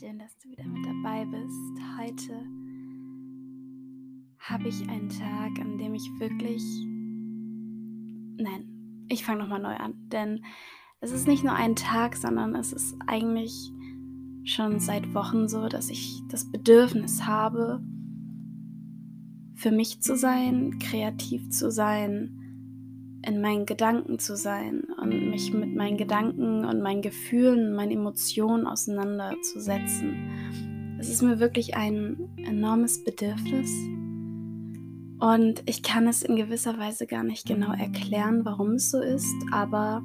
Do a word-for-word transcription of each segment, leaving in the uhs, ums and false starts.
Schön, dass du wieder mit dabei bist. Heute habe ich einen Tag, an dem ich wirklich... Nein, ich fange nochmal neu an, denn es ist nicht nur ein Tag, sondern es ist eigentlich schon seit Wochen so, dass ich das Bedürfnis habe, für mich zu sein, kreativ zu sein, in meinen Gedanken zu sein und mich mit meinen Gedanken und meinen Gefühlen, meinen Emotionen auseinanderzusetzen. Es ist mir wirklich ein enormes Bedürfnis und ich kann es in gewisser Weise gar nicht genau erklären, warum es so ist, aber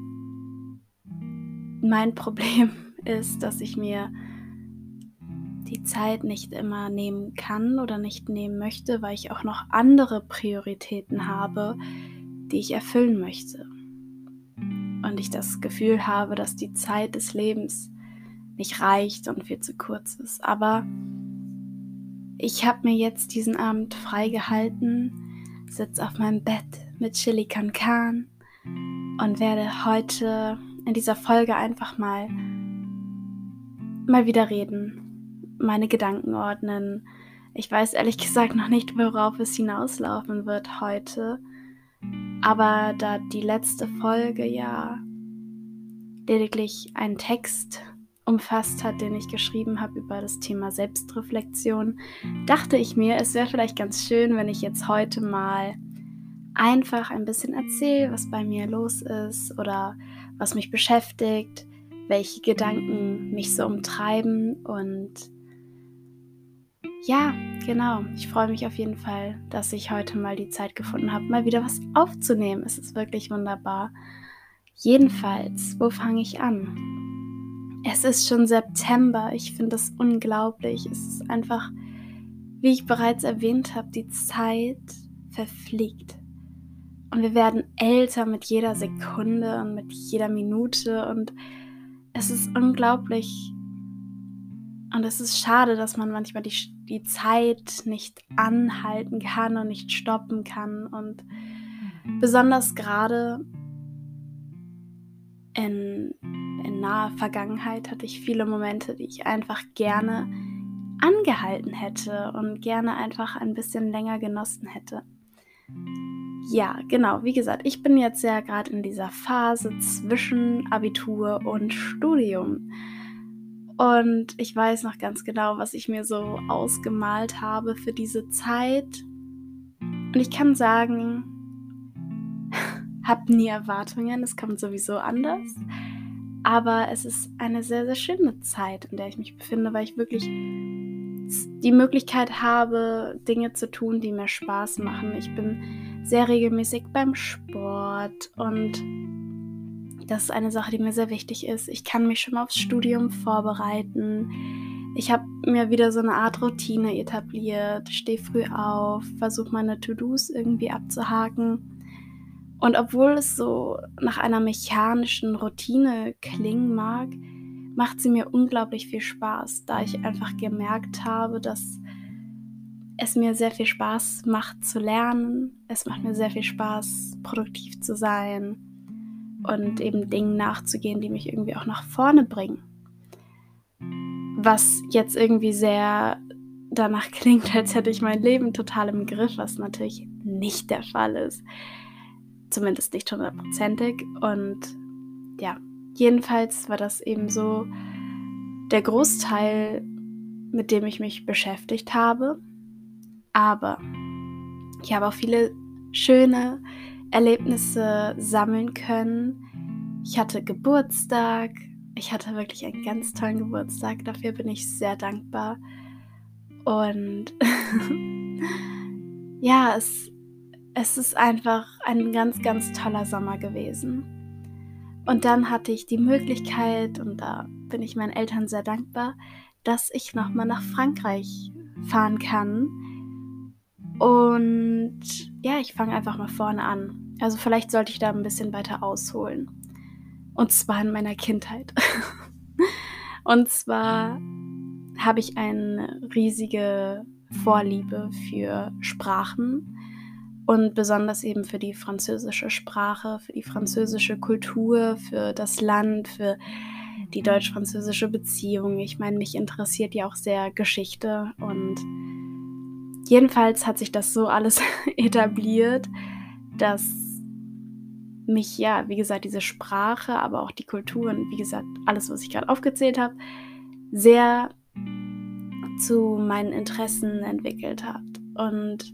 mein Problem ist, dass ich mir die Zeit nicht immer nehmen kann oder nicht nehmen möchte, weil ich auch noch andere Prioritäten habe, die ich erfüllen möchte. Und ich das Gefühl habe, dass die Zeit des Lebens nicht reicht und viel zu kurz ist. Aber ich habe mir jetzt diesen Abend freigehalten, sitze auf meinem Bett mit Chili Con Carne und werde heute in dieser Folge einfach mal mal wieder reden, meine Gedanken ordnen. Ich weiß ehrlich gesagt noch nicht, worauf es hinauslaufen wird heute, aber da die letzte Folge ja lediglich einen Text umfasst hat, den ich geschrieben habe über das Thema Selbstreflexion, dachte ich mir, es wäre vielleicht ganz schön, wenn ich jetzt heute mal einfach ein bisschen erzähle, was bei mir los ist oder was mich beschäftigt, welche Gedanken mich so umtreiben. Und ja, genau, ich freue mich auf jeden Fall, dass ich heute mal die Zeit gefunden habe, mal wieder was aufzunehmen. Es ist wirklich wunderbar. Jedenfalls, wo fange ich an? Es ist schon September, ich finde das unglaublich. Es ist einfach, wie ich bereits erwähnt habe, die Zeit verfliegt. Und wir werden älter mit jeder Sekunde und mit jeder Minute und es ist unglaublich. Und es ist schade, dass man manchmal die, die Zeit nicht anhalten kann und nicht stoppen kann. Und besonders gerade in, in naher Vergangenheit hatte ich viele Momente, die ich einfach gerne angehalten hätte und gerne einfach ein bisschen länger genossen hätte. Ja, genau, wie gesagt, ich bin jetzt ja gerade in dieser Phase zwischen Abitur und Studium. Und ich weiß noch ganz genau, was ich mir so ausgemalt habe für diese Zeit. Und ich kann sagen, hab nie Erwartungen, es kommt sowieso anders. Aber es ist eine sehr, sehr schöne Zeit, in der ich mich befinde, weil ich wirklich die Möglichkeit habe, Dinge zu tun, die mir Spaß machen. Ich bin sehr regelmäßig beim Sport und das ist eine Sache, die mir sehr wichtig ist. Ich kann mich schon mal aufs Studium vorbereiten. Ich habe mir wieder so eine Art Routine etabliert, stehe früh auf, versuche meine To-Dos irgendwie abzuhaken. Und obwohl es so nach einer mechanischen Routine klingen mag, macht sie mir unglaublich viel Spaß, da ich einfach gemerkt habe, dass es mir sehr viel Spaß macht zu lernen. Es macht mir sehr viel Spaß, produktiv zu sein und eben Dingen nachzugehen, die mich irgendwie auch nach vorne bringen. Was jetzt irgendwie sehr danach klingt, als hätte ich mein Leben total im Griff, was natürlich nicht der Fall ist. Zumindest nicht hundertprozentig. Und ja, jedenfalls war das eben so der Großteil, mit dem ich mich beschäftigt habe. Aber ich habe auch viele schöne Erlebnisse sammeln können. Ich hatte Geburtstag. Ich hatte wirklich einen ganz tollen Geburtstag. Dafür bin ich sehr dankbar. Und ja, es, es ist einfach ein ganz, ganz toller Sommer gewesen. Und dann hatte ich die Möglichkeit, und da bin ich meinen Eltern sehr dankbar, dass ich nochmal nach Frankreich fahren kann. Und ja, ich fange einfach mal vorne an. Also vielleicht sollte ich da ein bisschen weiter ausholen. Und zwar in meiner Kindheit. Und zwar habe ich eine riesige Vorliebe für Sprachen und besonders eben für die französische Sprache, für die französische Kultur, für das Land, für die deutsch-französische Beziehung. Ich meine, mich interessiert ja auch sehr Geschichte und jedenfalls hat sich das so alles etabliert, dass mich, ja, wie gesagt, diese Sprache, aber auch die Kultur und wie gesagt, alles, was ich gerade aufgezählt habe, sehr zu meinen Interessen entwickelt hat. Und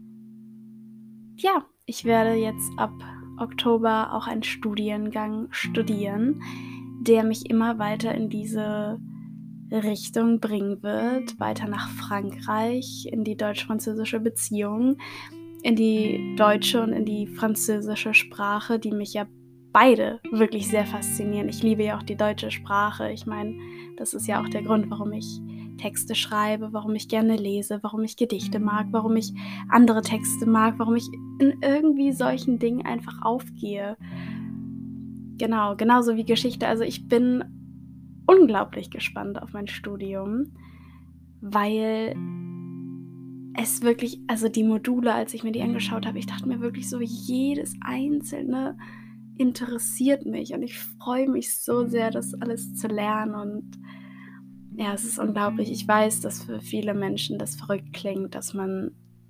ja, ich werde jetzt ab Oktober auch einen Studiengang studieren, der mich immer weiter in diese Richtung bringen wird, weiter nach Frankreich, in die deutsch-französische Beziehung, in die deutsche und in die französische Sprache, die mich ja beide wirklich sehr faszinieren. Ich liebe ja auch die deutsche Sprache. Ich meine, das ist ja auch der Grund, warum ich Texte schreibe, warum ich gerne lese, warum ich Gedichte mag, warum ich andere Texte mag, warum ich in irgendwie solchen Dingen einfach aufgehe. Genau, genauso wie Geschichte. Also ich bin unglaublich gespannt auf mein Studium, weil es wirklich, also die Module, als ich mir die angeschaut habe, ich dachte mir wirklich so, jedes einzelne interessiert mich und ich freue mich so sehr, das alles zu lernen und ja, es ist unglaublich. Ich weiß, dass für viele Menschen das verrückt klingt, dass man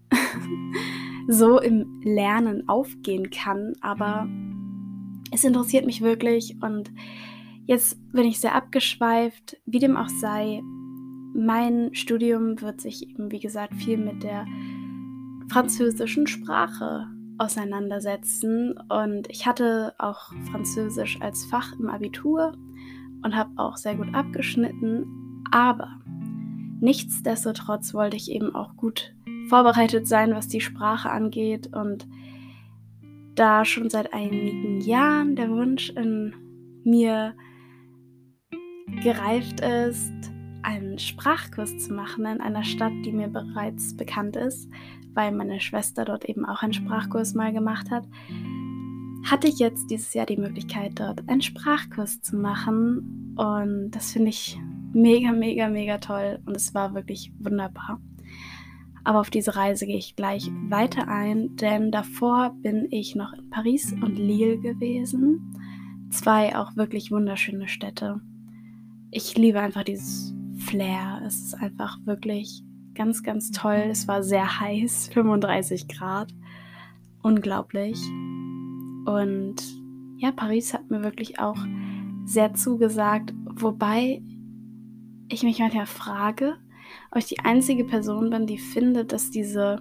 so im Lernen aufgehen kann, aber es interessiert mich wirklich und jetzt bin ich sehr abgeschweift, wie dem auch sei. Mein Studium wird sich eben, wie gesagt, viel mit der französischen Sprache auseinandersetzen und ich hatte auch Französisch als Fach im Abitur und habe auch sehr gut abgeschnitten, aber nichtsdestotrotz wollte ich eben auch gut vorbereitet sein, was die Sprache angeht und da schon seit einigen Jahren der Wunsch in mir gereift ist, einen Sprachkurs zu machen in einer Stadt, die mir bereits bekannt ist, weil meine Schwester dort eben auch einen Sprachkurs mal gemacht hat, hatte ich jetzt dieses Jahr die Möglichkeit, dort einen Sprachkurs zu machen und das finde ich mega, mega, mega toll und es war wirklich wunderbar. Aber auf diese Reise gehe ich gleich weiter ein, denn davor bin ich noch in Paris und Lille gewesen. Zwei auch wirklich wunderschöne Städte. Ich liebe einfach dieses Flair. Es ist einfach wirklich ganz, ganz toll. Es war sehr heiß, fünfunddreißig Grad. Unglaublich. Und ja, Paris hat mir wirklich auch sehr zugesagt, wobei ich mich manchmal frage, ob ich die einzige Person bin, die findet, dass diese,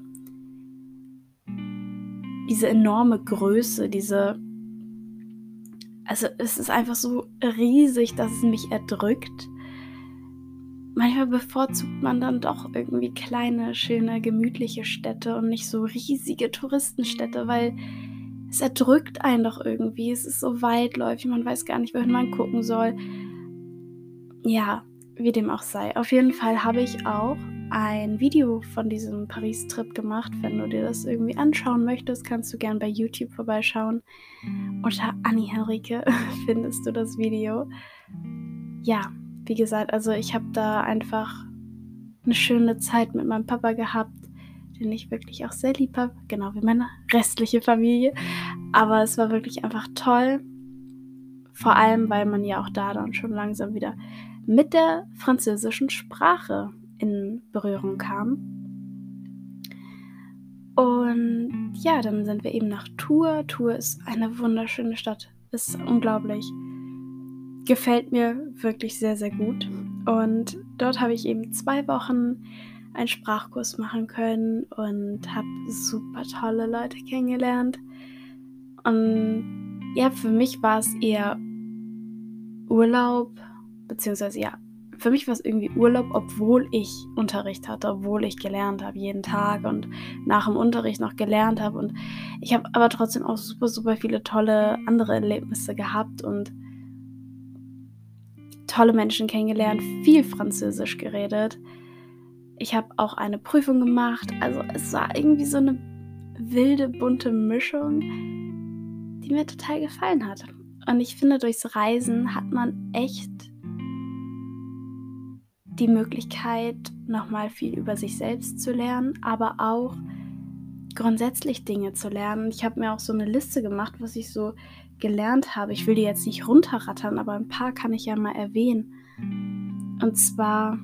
diese enorme Größe, diese, also es ist einfach so riesig, dass es mich erdrückt. Manchmal bevorzugt man dann doch irgendwie kleine, schöne, gemütliche Städte und nicht so riesige Touristenstädte, weil es erdrückt einen doch irgendwie. Es ist so weitläufig, man weiß gar nicht, wohin man gucken soll. Ja, wie dem auch sei. Auf jeden Fall habe ich auch ein Video von diesem Paris-Trip gemacht. Wenn du dir das irgendwie anschauen möchtest, kannst du gerne bei YouTube vorbeischauen. Unter Anni Henrike findest du das Video. Ja, wie gesagt, also ich habe da einfach eine schöne Zeit mit meinem Papa gehabt, den ich wirklich auch sehr lieb habe, genau wie meine restliche Familie. Aber es war wirklich einfach toll, vor allem, weil man ja auch da dann schon langsam wieder mit der französischen Sprache in Berührung kam. Und ja, dann sind wir eben nach Tours. Tours ist eine wunderschöne Stadt, ist unglaublich. Gefällt mir wirklich sehr, sehr gut. Und dort habe ich eben zwei Wochen einen Sprachkurs machen können und habe super tolle Leute kennengelernt. Und ja, für mich war es eher Urlaub, beziehungsweise ja, für mich war es irgendwie Urlaub, obwohl ich Unterricht hatte, obwohl ich gelernt habe jeden Tag und nach dem Unterricht noch gelernt habe. Und ich habe aber trotzdem auch super, super viele tolle andere Erlebnisse gehabt und tolle Menschen kennengelernt, viel Französisch geredet. Ich habe auch eine Prüfung gemacht. Also es war irgendwie so eine wilde, bunte Mischung, die mir total gefallen hat. Und ich finde, durchs Reisen hat man echt die Möglichkeit, nochmal viel über sich selbst zu lernen, aber auch grundsätzlich Dinge zu lernen. Ich habe mir auch so eine Liste gemacht, was ich so gelernt habe. Ich will die jetzt nicht runterrattern, aber ein paar kann ich ja mal erwähnen. Und zwar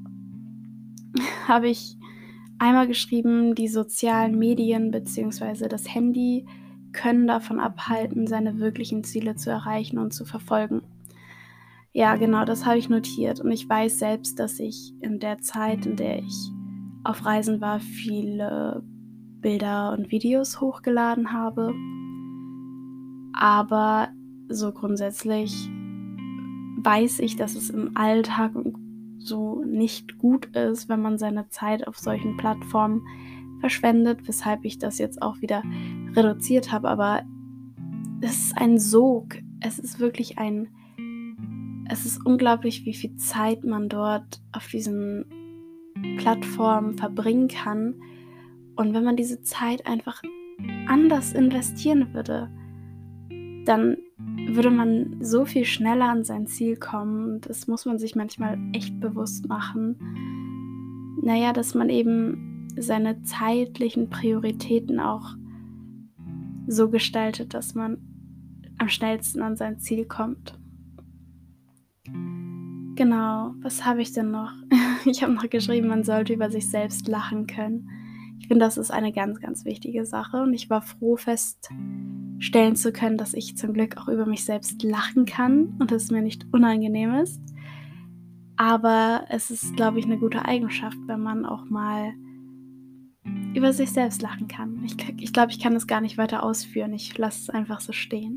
habe ich einmal geschrieben, die sozialen Medien bzw. das Handy können davon abhalten, seine wirklichen Ziele zu erreichen und zu verfolgen. Ja, genau, das habe ich notiert. Und ich weiß selbst, dass ich in der Zeit, in der ich auf Reisen war, viele Bilder und Videos hochgeladen habe. Aber so grundsätzlich weiß ich, dass es im Alltag so nicht gut ist, wenn man seine Zeit auf solchen Plattformen verschwendet, weshalb ich das jetzt auch wieder reduziert habe. Aber es ist ein Sog. Es ist wirklich ein... Es ist unglaublich, wie viel Zeit man dort auf diesen Plattformen verbringen kann. Und wenn man diese Zeit einfach anders investieren würde, dann würde man so viel schneller an sein Ziel kommen. Und das muss man sich manchmal echt bewusst machen. Naja, dass man eben seine zeitlichen Prioritäten auch so gestaltet, dass man am schnellsten an sein Ziel kommt. Genau, was habe ich denn noch? Ich habe noch geschrieben, man sollte über sich selbst lachen können. Ich finde, das ist eine ganz, ganz wichtige Sache und ich war froh, feststellen zu können, dass ich zum Glück auch über mich selbst lachen kann und es mir nicht unangenehm ist. Aber es ist, glaube ich, eine gute Eigenschaft, wenn man auch mal über sich selbst lachen kann. Ich, ich glaube, ich kann es gar nicht weiter ausführen. Ich lasse es einfach so stehen.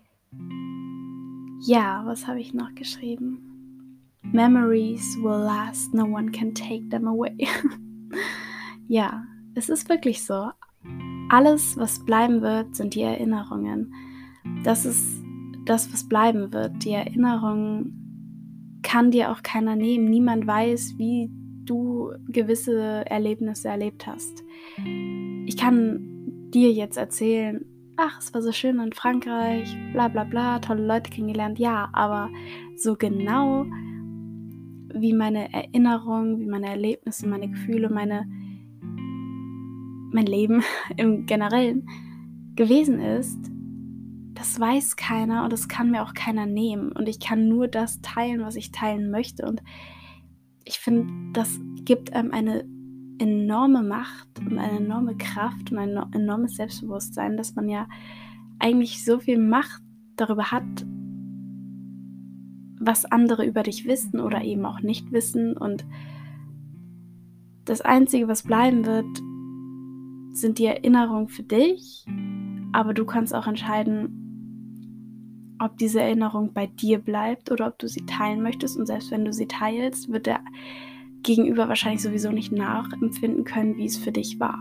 Ja, was habe ich noch geschrieben? Memories will last, no one can take them away. Ja, es ist wirklich so. Alles, was bleiben wird, sind die Erinnerungen. Das ist das, was bleiben wird. Die Erinnerung kann dir auch keiner nehmen. Niemand weiß, wie du gewisse Erlebnisse erlebt hast. Ich kann dir jetzt erzählen, ach, es war so schön in Frankreich, bla bla bla, tolle Leute kennengelernt. Ja, aber so genau wie meine Erinnerungen, wie meine Erlebnisse, meine Gefühle, meine, mein Leben im Generellen gewesen ist, das weiß keiner und das kann mir auch keiner nehmen. Und ich kann nur das teilen, was ich teilen möchte. Und ich finde, das gibt einem eine enorme Macht und eine enorme Kraft und ein enormes Selbstbewusstsein, dass man ja eigentlich so viel Macht darüber hat, was andere über dich wissen oder eben auch nicht wissen. Und das Einzige, was bleiben wird, sind die Erinnerungen für dich, aber du kannst auch entscheiden, ob diese Erinnerung bei dir bleibt oder ob du sie teilen möchtest. Und selbst wenn du sie teilst, wird der Gegenüber wahrscheinlich sowieso nicht nachempfinden können, wie es für dich war.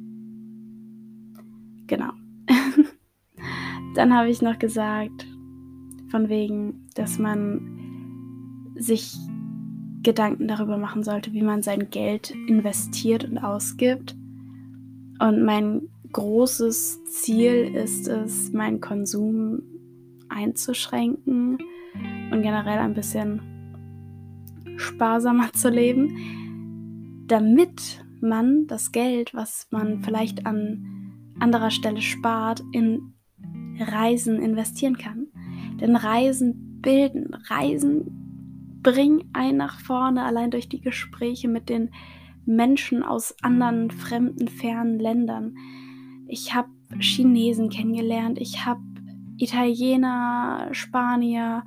Genau. Dann habe ich noch gesagt, von wegen, dass man sich Gedanken darüber machen sollte, wie man sein Geld investiert und ausgibt. Und mein großes Ziel ist es, meinen Konsum einzuschränken und generell ein bisschen sparsamer zu leben, damit man das Geld, was man vielleicht an anderer Stelle spart, in Reisen investieren kann. Denn Reisen bilden, Reisen bringen einen nach vorne, allein durch die Gespräche mit den Menschen aus anderen fremden, fernen Ländern. Ich habe Chinesen kennengelernt, ich habe Italiener, Spanier,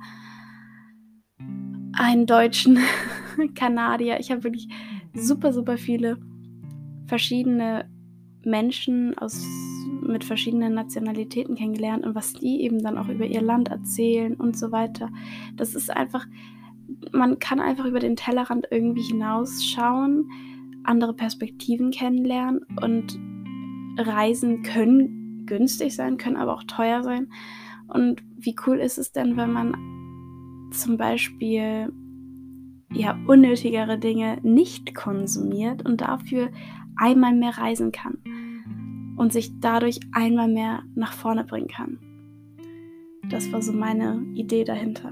einen Deutschen, Kanadier. Ich habe wirklich super, super viele verschiedene Menschen aus, mit verschiedenen Nationalitäten kennengelernt und was die eben dann auch über ihr Land erzählen und so weiter. Das ist einfach, man kann einfach über den Tellerrand irgendwie hinausschauen, andere Perspektiven kennenlernen und Reisen können günstig sein, können aber auch teuer sein. Und wie cool ist es denn, wenn man zum Beispiel ja, unnötigere Dinge nicht konsumiert und dafür einmal mehr reisen kann und sich dadurch einmal mehr nach vorne bringen kann. Das war so meine Idee dahinter.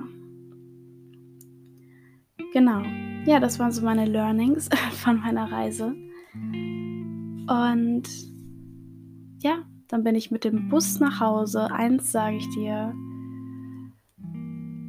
Genau. Ja, das waren so meine Learnings von meiner Reise. Und ja, dann bin ich mit dem Bus nach Hause. Eins sage ich dir,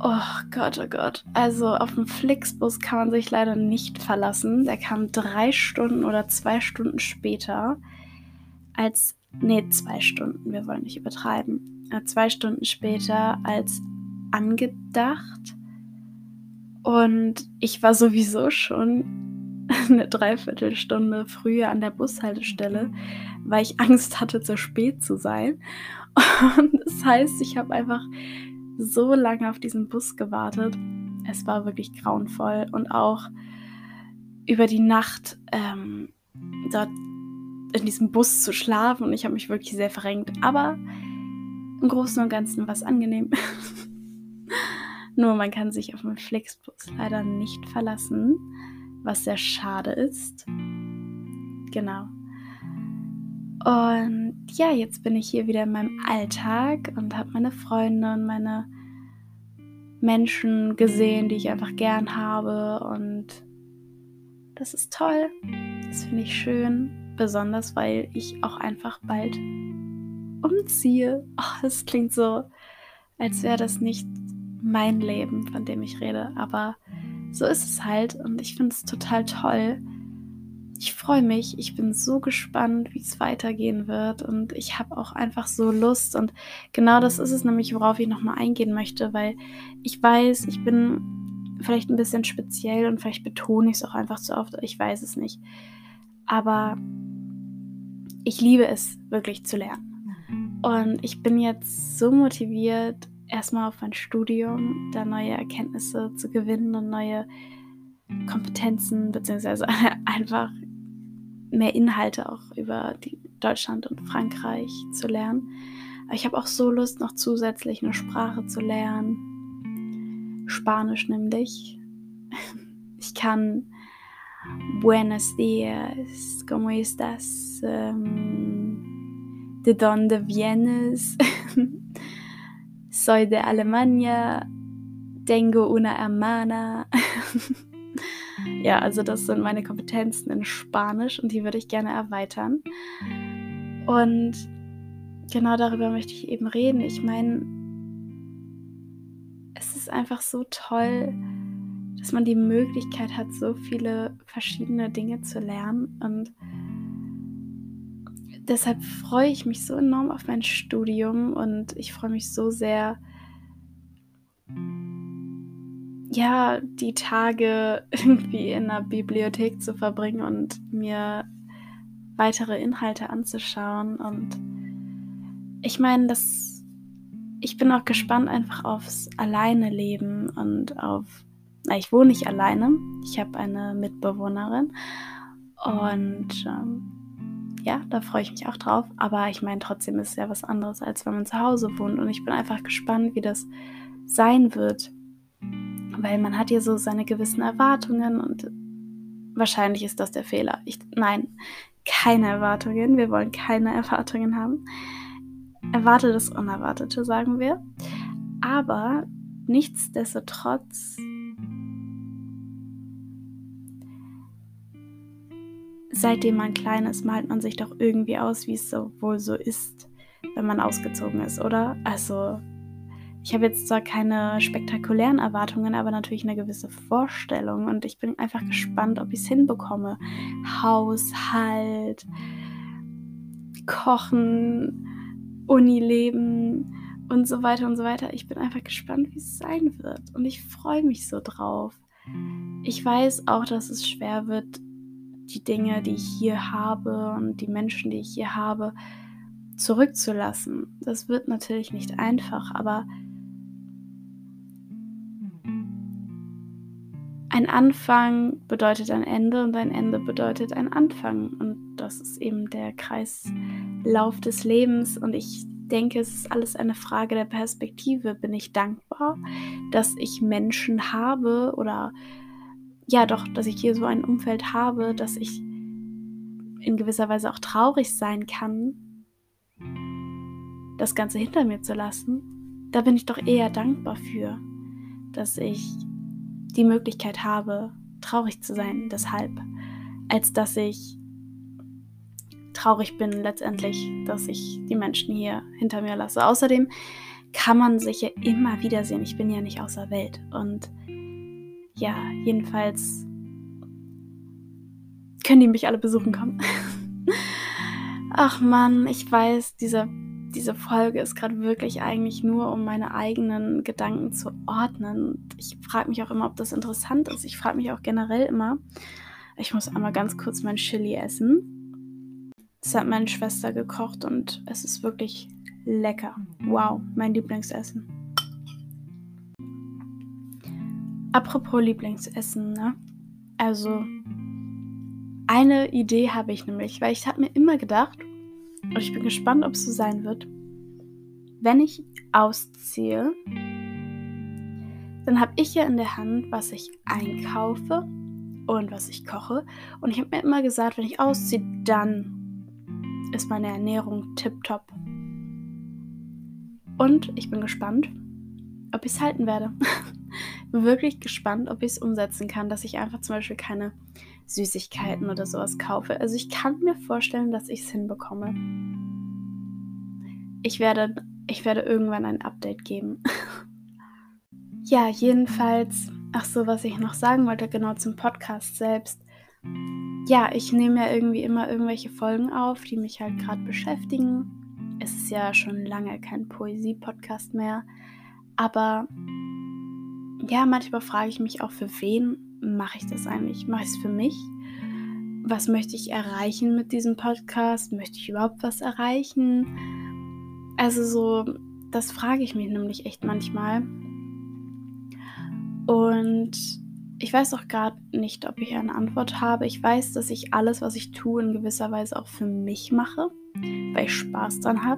Oh Gott, oh Gott. Also auf den Flixbus kann man sich leider nicht verlassen. Der kam drei Stunden oder zwei Stunden später als, nee, zwei Stunden, wir wollen nicht übertreiben, äh, zwei Stunden später als angedacht. Und ich war sowieso schon eine Dreiviertelstunde früher an der Bushaltestelle, weil ich Angst hatte, zu spät zu sein. Und das heißt, ich habe einfach so lange auf diesen Bus gewartet. Es war wirklich grauenvoll. Und auch über die Nacht ähm, dort in diesem Bus zu schlafen. Und ich habe mich wirklich sehr verrenkt. Aber im Großen und Ganzen war es angenehm. Nur man kann sich auf den Flixbus leider nicht verlassen, was sehr schade ist. Genau. Und ja, jetzt bin ich hier wieder in meinem Alltag und habe meine Freunde und meine Menschen gesehen, die ich einfach gern habe. Und das ist toll. Das finde ich schön. Besonders, weil ich auch einfach bald umziehe. Oh, das klingt so, als wäre das nicht mein Leben, von dem ich rede. Aber so ist es halt. Und ich finde es total toll. Ich freue mich, ich bin so gespannt, wie es weitergehen wird, und ich habe auch einfach so Lust, und genau das ist es nämlich, worauf ich nochmal eingehen möchte, weil ich weiß, ich bin vielleicht ein bisschen speziell und vielleicht betone ich es auch einfach zu oft, ich weiß es nicht, aber ich liebe es, wirklich zu lernen, und ich bin jetzt so motiviert, erstmal auf mein Studium, da neue Erkenntnisse zu gewinnen und neue Kompetenzen, beziehungsweise einfach mehr Inhalte auch über die Deutschland und Frankreich zu lernen. Aber ich habe auch so Lust, noch zusätzlich eine Sprache zu lernen. Spanisch nämlich. Ich kann Buenos días, ¿cómo estás? Um, ¿De dónde vienes? Soy de Alemania. Tengo una hermana. Ja, also das sind meine Kompetenzen in Spanisch, und die würde ich gerne erweitern. Und genau darüber möchte ich eben reden. Ich meine, es ist einfach so toll, dass man die Möglichkeit hat, so viele verschiedene Dinge zu lernen. Und deshalb freue ich mich so enorm auf mein Studium, und ich freue mich so sehr, ja, die Tage irgendwie in der Bibliothek zu verbringen und mir weitere Inhalte anzuschauen. Und ich meine, das, ich bin auch gespannt einfach aufs Alleine-Leben und auf, na, ich wohne nicht alleine, ich habe eine Mitbewohnerin, und ähm, ja, da freue ich mich auch drauf, aber ich meine, trotzdem ist es ja was anderes, als wenn man zu Hause wohnt, und ich bin einfach gespannt, wie das sein wird. Weil man hat ja so seine gewissen Erwartungen, und wahrscheinlich ist das der Fehler. Ich, nein, keine Erwartungen. Wir wollen keine Erwartungen haben. Erwarte das Unerwartete, sagen wir. Aber nichtsdestotrotz seitdem man klein ist, malt man sich doch irgendwie aus, wie es so wohl so ist, wenn man ausgezogen ist, oder? Also ich habe jetzt zwar keine spektakulären Erwartungen, aber natürlich eine gewisse Vorstellung, und ich bin einfach gespannt, ob ich es hinbekomme. Haushalt, Kochen, Unileben und so weiter und so weiter. Ich bin einfach gespannt, wie es sein wird, und ich freue mich so drauf. Ich weiß auch, dass es schwer wird, die Dinge, die ich hier habe, und die Menschen, die ich hier habe, zurückzulassen. Das wird natürlich nicht einfach, aber ein Anfang bedeutet ein Ende, und ein Ende bedeutet ein Anfang. Und das ist eben der Kreislauf des Lebens. Und ich denke, es ist alles eine Frage der Perspektive. Bin ich dankbar, dass ich Menschen habe, oder ja doch, dass ich hier so ein Umfeld habe, dass ich in gewisser Weise auch traurig sein kann, das Ganze hinter mir zu lassen. Da bin ich doch eher dankbar für, dass ich die Möglichkeit habe, traurig zu sein deshalb, als dass ich traurig bin letztendlich, dass ich die Menschen hier hinter mir lasse. Außerdem kann man sich ja immer wiedersehen. Ich bin ja nicht außer Welt. Und ja, jedenfalls können die mich alle besuchen kommen. Ach Mann, ich weiß, diese, diese Folge ist gerade wirklich eigentlich nur, um meine eigenen Gedanken zu ordnen. Ich frage mich auch immer, ob das interessant ist. Ich frage mich auch generell immer. Ich muss einmal ganz kurz mein Chili essen. Das hat meine Schwester gekocht und es ist wirklich lecker. Wow, mein Lieblingsessen. Apropos Lieblingsessen, ne? Also, eine Idee habe ich nämlich, weil ich habe mir immer gedacht, und ich bin gespannt, ob es so sein wird, wenn ich ausziehe, dann habe ich ja in der Hand, was ich einkaufe und was ich koche. Und ich habe mir immer gesagt, wenn ich ausziehe, dann ist meine Ernährung tipptopp. Und ich bin gespannt, ob ich es halten werde. Wirklich gespannt, ob ich es umsetzen kann, dass ich einfach zum Beispiel keine Süßigkeiten oder sowas kaufe. Also ich kann mir vorstellen, dass ich es hinbekomme. Ich werde, ich werde irgendwann ein Update geben. Ja, jedenfalls, ach so, was ich noch sagen wollte, genau zum Podcast selbst. Ja, ich nehme ja irgendwie immer irgendwelche Folgen auf, die mich halt gerade beschäftigen. Es ist ja schon lange kein Poesie-Podcast mehr. Aber ja, manchmal frage ich mich auch, für wen mache ich das eigentlich? Mache ich es für mich? Was möchte ich erreichen mit diesem Podcast? Möchte ich überhaupt was erreichen? Also so, das frage ich mich nämlich echt manchmal. Und ich weiß auch gerade nicht, ob ich eine Antwort habe. Ich weiß, dass ich alles, was ich tue, in gewisser Weise auch für mich mache, weil ich Spaß dran habe.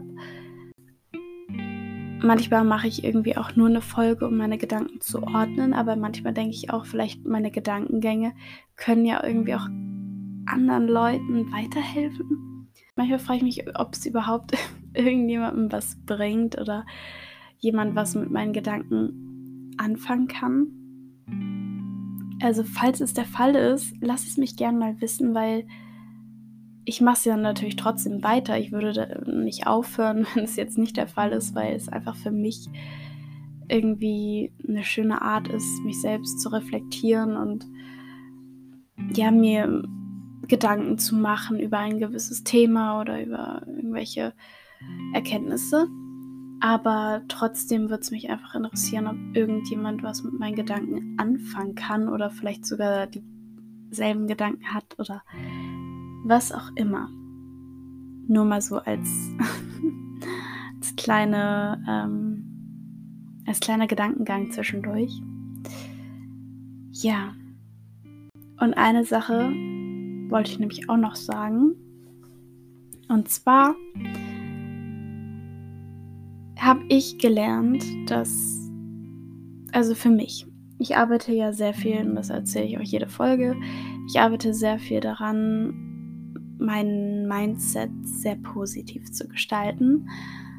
Manchmal mache ich irgendwie auch nur eine Folge, um meine Gedanken zu ordnen, aber manchmal denke ich auch, vielleicht meine Gedankengänge können ja irgendwie auch anderen Leuten weiterhelfen. Manchmal frage ich mich, ob es überhaupt irgendjemandem was bringt oder jemand was mit meinen Gedanken anfangen kann. Also falls es der Fall ist, lass es mich gerne mal wissen, weil ich mache es ja natürlich trotzdem weiter. Ich würde da nicht aufhören, wenn es jetzt nicht der Fall ist, weil es einfach für mich irgendwie eine schöne Art ist, mich selbst zu reflektieren und ja, mir Gedanken zu machen über ein gewisses Thema oder über irgendwelche Erkenntnisse. Aber trotzdem würde es mich einfach interessieren, ob irgendjemand was mit meinen Gedanken anfangen kann oder vielleicht sogar dieselben Gedanken hat oder was auch immer. Nur mal so als, als, kleine, ähm, als kleiner Gedankengang zwischendurch. Ja. Und eine Sache wollte ich nämlich auch noch sagen. Und zwar habe ich gelernt, dass, also für mich, ich arbeite ja sehr viel, und das erzähle ich euch jede Folge, ich arbeite sehr viel daran, mein Mindset sehr positiv zu gestalten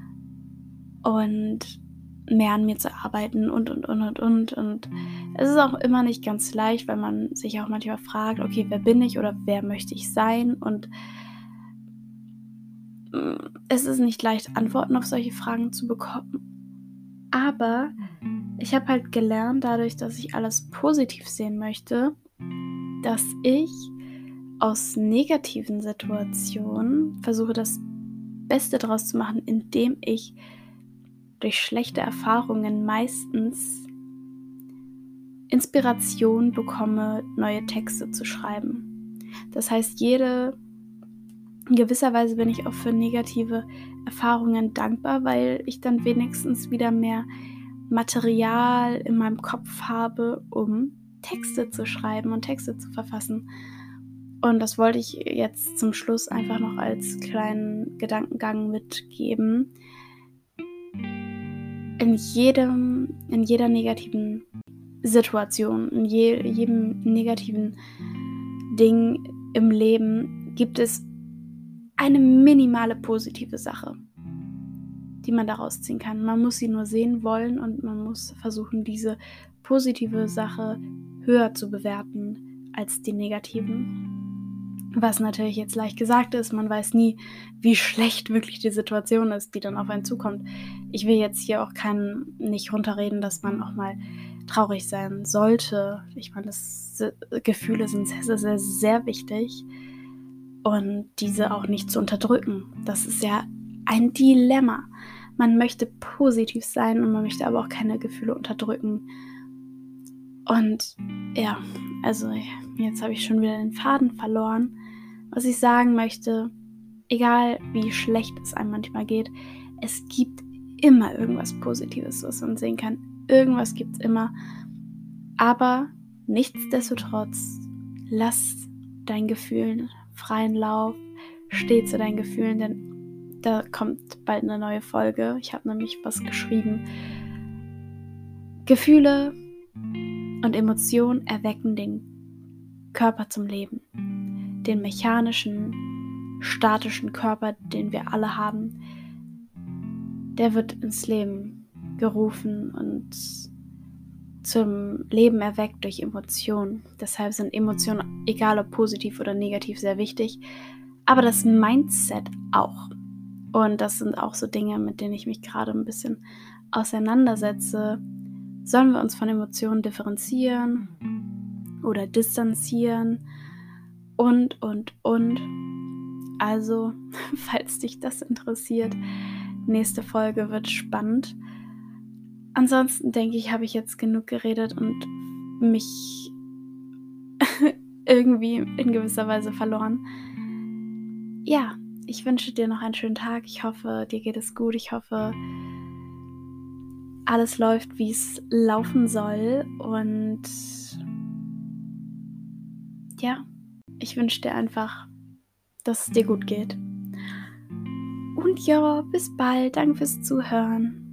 und mehr an mir zu arbeiten und, und, und, und, und. Und es ist auch immer nicht ganz leicht, weil man sich auch manchmal fragt, okay, wer bin ich oder wer möchte ich sein? Und es ist nicht leicht, Antworten auf solche Fragen zu bekommen. Aber ich habe halt gelernt, dadurch, dass ich alles positiv sehen möchte, dass ich aus negativen Situationen versuche, das Beste daraus zu machen, indem ich durch schlechte Erfahrungen meistens Inspiration bekomme, neue Texte zu schreiben. Das heißt, jede, in gewisser Weise bin ich auch für negative Erfahrungen dankbar, weil ich dann wenigstens wieder mehr Material in meinem Kopf habe, um Texte zu schreiben und Texte zu verfassen. Und das wollte ich jetzt zum Schluss einfach noch als kleinen Gedankengang mitgeben. In jedem, in jeder negativen Situation, in je, jedem negativen Ding im Leben gibt es eine minimale positive Sache, die man daraus ziehen kann. Man muss sie nur sehen wollen und man muss versuchen, diese positive Sache höher zu bewerten als die negativen. Was natürlich jetzt leicht gesagt ist, man weiß nie, wie schlecht wirklich die Situation ist, die dann auf einen zukommt. Ich will jetzt hier auch keinen nicht runterreden, dass man auch mal traurig sein sollte. Ich meine, das, äh, Gefühle sind sehr, sehr, sehr, sehr wichtig und diese auch nicht zu unterdrücken. Das ist ja ein Dilemma. Man möchte positiv sein und man möchte aber auch keine Gefühle unterdrücken. Und ja, also jetzt habe ich schon wieder den Faden verloren. Was ich sagen möchte, egal wie schlecht es einem manchmal geht, es gibt immer irgendwas Positives, was man sehen kann. Irgendwas gibt es immer. Aber nichtsdestotrotz, lass deinen Gefühlen freien Lauf, steh zu deinen Gefühlen, denn da kommt bald eine neue Folge. Ich habe nämlich was geschrieben. Gefühle und Emotionen erwecken den Körper zum Leben. Den mechanischen, statischen Körper, den wir alle haben, der wird ins Leben gerufen und zum Leben erweckt durch Emotionen. Deshalb sind Emotionen, egal ob positiv oder negativ, sehr wichtig. Aber das Mindset auch. Und das sind auch so Dinge, mit denen ich mich gerade ein bisschen auseinandersetze. Sollen wir uns von Emotionen differenzieren oder distanzieren? Und, und, und. Also, falls dich das interessiert, nächste Folge wird spannend. Ansonsten denke ich, habe ich jetzt genug geredet und mich irgendwie in gewisser Weise verloren. Ja, ich wünsche dir noch einen schönen Tag. Ich hoffe, dir geht es gut. Ich hoffe, alles läuft, wie es laufen soll. Und ja, ich wünsche dir einfach, dass es dir gut geht. Und ja, bis bald. Danke fürs Zuhören.